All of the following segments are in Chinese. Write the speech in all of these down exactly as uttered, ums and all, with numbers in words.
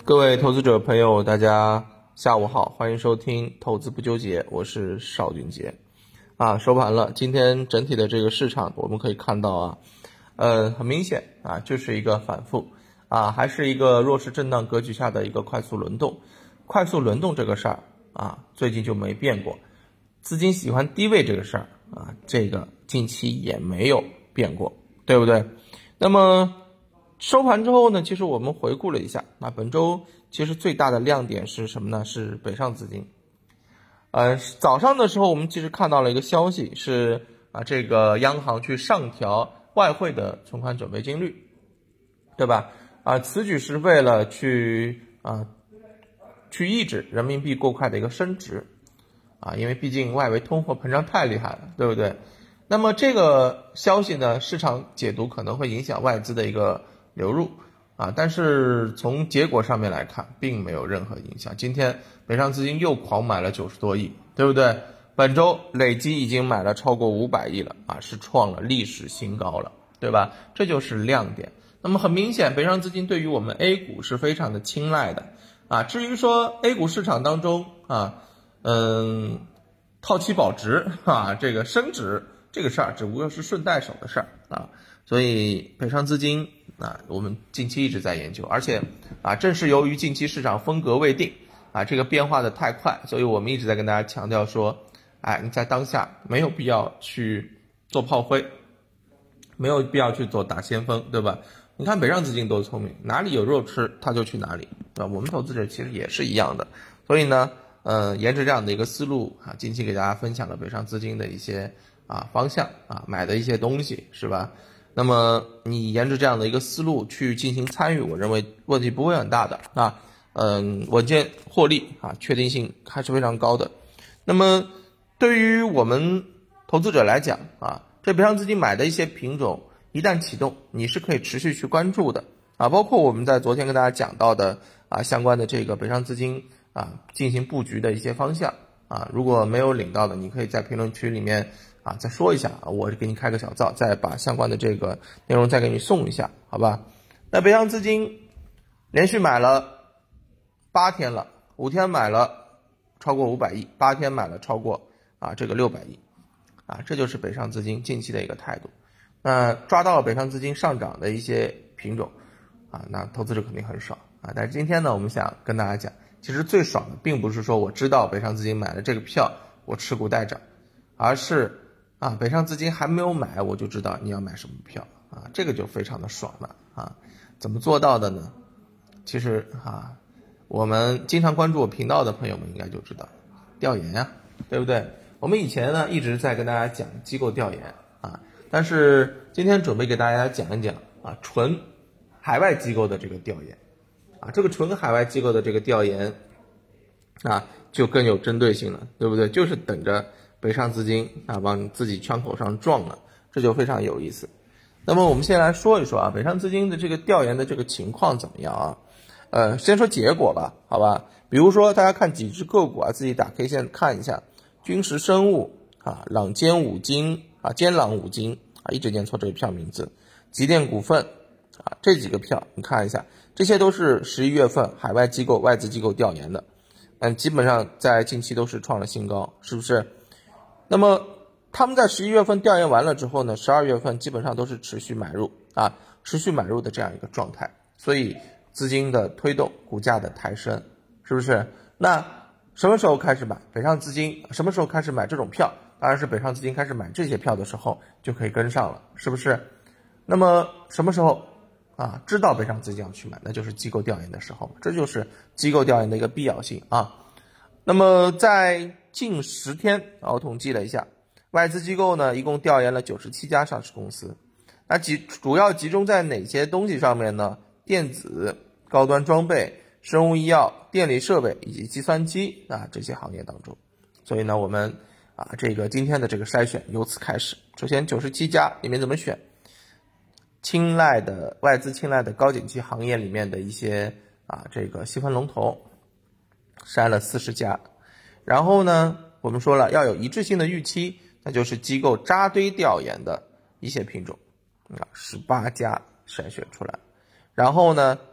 各位投资者朋友，大家下午好，欢迎收听投资不纠结，我是邵俊杰。啊，收盘了，今天整体的这个市场我们可以看到啊，呃，很明显啊，就是一个反复啊，还是一个弱势震荡格局下的一个快速轮动。快速轮动这个事儿啊，最近就没变过。资金喜欢低位这个事儿啊，这个近期也没有变过，对不对？那么收盘之后呢，其实我们回顾了一下，那本周其实最大的亮点是什么呢？是北上资金。呃，早上的时候我们其实看到了一个消息，是啊，这个央行去上调外汇的存款准备金率，对吧？啊，此举是为了去啊去抑制人民币过快的一个升值啊，因为毕竟外围通货膨胀太厉害了，对不对？那么这个消息呢，市场解读可能会影响外资的一个流入啊，但是从结果上面来看，并没有任何影响。今天北上资金又狂买了九十多亿，对不对？本周累计已经买了超过五百亿了啊，是创了历史新高了，对吧？这就是亮点。那么很明显，北上资金对于我们 A 股是非常的青睐的啊。至于说 A 股市场当中啊，嗯，套期保值啊，这个升值这个事儿，只不过是顺带手的事儿啊。所以北上资金啊，我们近期一直在研究，而且啊，正是由于近期市场风格未定啊，这个变化的太快，所以我们一直在跟大家强调说，哎，你在当下没有必要去做炮灰，没有必要去做打先锋，对吧？你看北上资金多聪明，哪里有肉吃他就去哪里，对吧？我们投资者其实也是一样的，所以呢，呃，沿着这样的一个思路啊，近期给大家分享了北上资金的一些啊方向啊，买的一些东西，是吧？那么你沿着这样的一个思路去进行参与，我认为问题不会很大的啊，嗯，稳健获利啊，确定性还是非常高的。那么对于我们投资者来讲啊，这北上资金买的一些品种一旦启动，你是可以持续去关注的啊，包括我们在昨天跟大家讲到的啊相关的这个北上资金啊进行布局的一些方向啊，如果没有领到的，你可以在评论区里面啊，再说一下，我给你开个小灶，再把相关的这个内容再给你送一下，好吧？那北上资金连续买了八天了，五天买了超过五百亿，八天买了超过啊这个六百亿，啊，这就是北上资金近期的一个态度。那抓到了北上资金上涨的一些品种啊，那投资者肯定很爽啊。但是今天呢，我们想跟大家讲，其实最爽的并不是说我知道北上资金买了这个票，我持股待涨，而是啊，北上资金还没有买，我就知道你要买什么票啊，这个就非常的爽了啊。怎么做到的呢？其实啊，我们经常关注我频道的朋友们应该就知道，调研呀、啊，对不对？我们以前呢一直在跟大家讲机构调研啊，但是今天准备给大家讲一讲啊，纯海外机构的这个调研啊，这个纯海外机构的这个调研啊，就更有针对性了，对不对？就是等着北上资金啊往你自己枪口上撞了，这就非常有意思。那么我们先来说一说啊，北上资金的这个调研的这个情况怎么样啊？呃，先说结果吧，好吧？比如说大家看几只个股啊，自己打 K 线看一下，君实生物啊，朗坚五金啊，坚朗五金啊，一直念错这个票名字，极电股份啊，这几个票你看一下，这些都是十一月份海外机构外资机构调研的。嗯，基本上在近期都是创了新高，是不是？那么他们在十一月份调研完了之后呢，十二月份基本上都是持续买入啊，持续买入的这样一个状态，所以资金的推动，股价的抬升，是不是？那什么时候开始买？北上资金什么时候开始买这种票？当然是北上资金开始买这些票的时候就可以跟上了，是不是？那么什么时候？啊，知道北上资金要去买，那就是机构调研的时候，这就是机构调研的一个必要性啊。那么在近十天啊，我统计了一下，外资机构呢一共调研了九十七家上市公司，那集主要集中在哪些东西上面呢？电子、高端装备、生物医药、电力设备以及计算机啊这些行业当中。所以呢，我们啊这个今天的这个筛选由此开始。首先九十七家里面怎么选？青睐的外资青睐的高景气行业里面的一些啊这个细分龙头，筛了四十家，然后呢我们说了要有一致性的预期，那就是机构扎堆调研的一些品种啊，十八家筛选出来，然后呢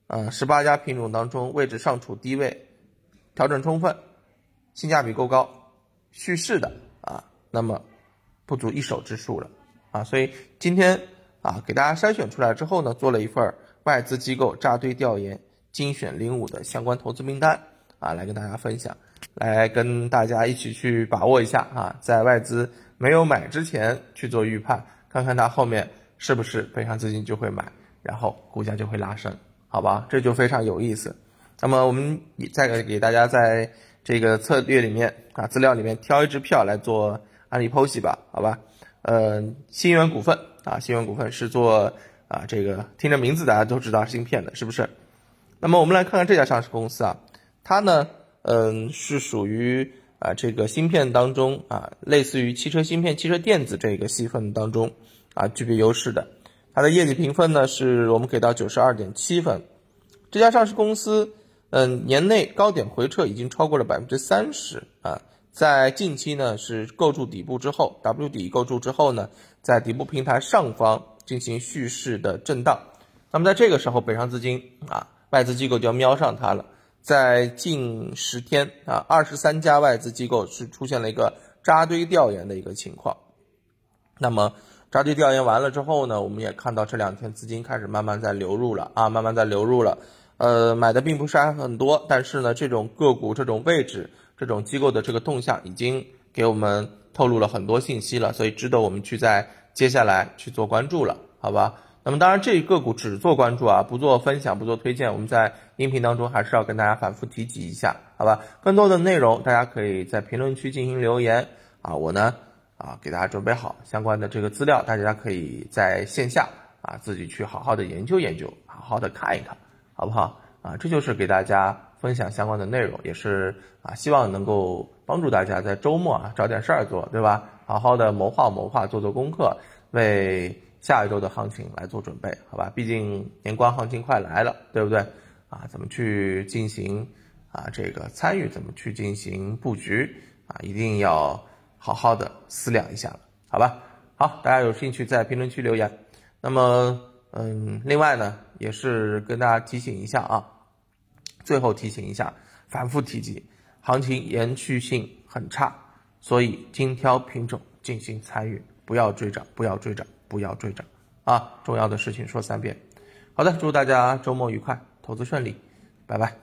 呃，十八家品种当中位置尚处低位，调整充分，性价比够高，蓄势的啊，那么不足一手之数了啊。所以今天啊给大家筛选出来之后呢，做了一份外资机构扎堆调研精选零五的相关投资名单啊，来跟大家分享，来跟大家一起去把握一下啊，在外资没有买之前去做预判，看看它后面是不是北上资金就会买，然后股价就会拉升，好吧？这就非常有意思。那么我们再给大家在这个策略里面啊资料里面挑一支票来做案例剖析吧，好吧？呃，新源股份啊，新源股份是做啊这个听着名字大家都知道芯片的，是不是？那么我们来看看这家上市公司啊，它呢，嗯、呃，是属于啊这个芯片当中啊，类似于汽车芯片、汽车电子这个细分当中啊具备优势的。它的业绩评分呢是我们给到 九十二点七 分。这家上市公司嗯，年内高点回撤已经超过了 百分之三十 啊，在近期呢是构筑底部之后 W 底构筑之后呢，在底部平台上方进行蓄势的震荡。那么在这个时候，北上资金啊外资机构就要瞄上它了。在近十天啊，二十三家外资机构是出现了一个扎堆调研的一个情况。那么扎堆调研完了之后呢，我们也看到这两天资金开始慢慢在流入了啊，慢慢在流入了。呃，买的并不是还很多，但是呢，这种个股、这种位置、这种机构的这个动向已经给我们透露了很多信息了，所以值得我们去在接下来去做关注了，好吧？那么当然，这个股只做关注啊，不做分享，不做推荐。我们在音频当中还是要跟大家反复提及一下，好吧？更多的内容大家可以在评论区进行留言啊，我呢啊给大家准备好相关的这个资料，大家可以在线下啊自己去好好的研究研究，好好的看一看。好不好啊？这就是给大家分享相关的内容，也是啊，希望能够帮助大家在周末啊找点事儿做，对吧？好好的谋划谋划，做做功课，为下一周的行情来做准备，好吧？毕竟年关行情快来了，对不对？啊，怎么去进行啊这个参与，怎么去进行布局啊，一定要好好的思量一下了，好吧？好，大家有兴趣在评论区留言。那么。嗯，另外呢，也是跟大家提醒一下啊，最后提醒一下，反复提及，行情延续性很差，所以精挑品种进行参与，不要追涨，不要追涨，不要追涨啊！重要的事情说三遍。好的，祝大家周末愉快，投资顺利，拜拜。